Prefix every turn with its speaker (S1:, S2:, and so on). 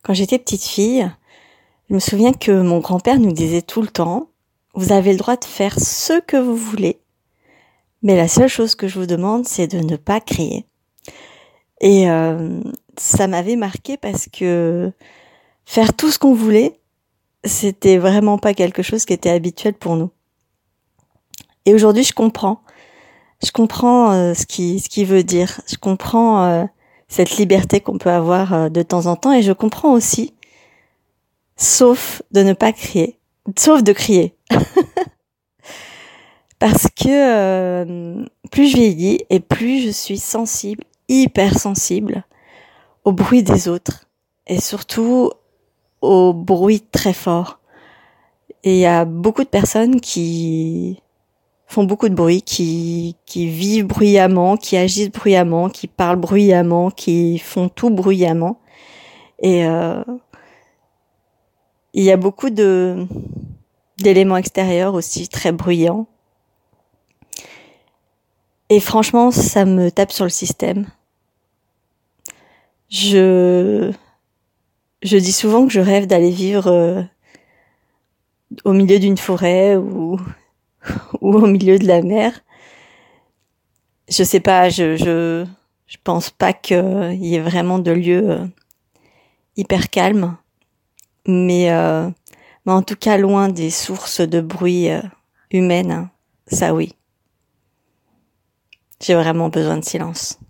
S1: Quand j'étais petite fille, je me souviens que mon grand-père nous disait tout le temps, vous avez le droit de faire ce que vous voulez, mais la seule chose que je vous demande, c'est de ne pas crier. Et ça m'avait marqué parce que faire tout ce qu'on voulait, c'était vraiment pas quelque chose qui était habituel pour nous. Et aujourd'hui, je comprends. Je comprends ce qu'il veut dire. Je comprends cette liberté qu'on peut avoir de temps en temps. Et je comprends aussi, sauf de ne pas crier. Sauf de crier. Parce que plus je vieillis et plus je suis sensible, hyper sensible au bruit des autres. Et surtout au bruit très fort. Et il y a beaucoup de personnes qui font beaucoup de bruit, qui vivent bruyamment, qui agissent bruyamment, qui parlent bruyamment, qui font tout bruyamment. Et il y a beaucoup d'éléments extérieurs aussi très bruyants. Et franchement, ça me tape sur le système. Je dis souvent que je rêve d'aller vivre au milieu d'une forêt ou au milieu de la mer. Je sais pas, je pense pas qu'il y ait vraiment de lieu hyper calme, mais en tout cas loin des sources de bruit humaines, ça oui. J'ai vraiment besoin de silence.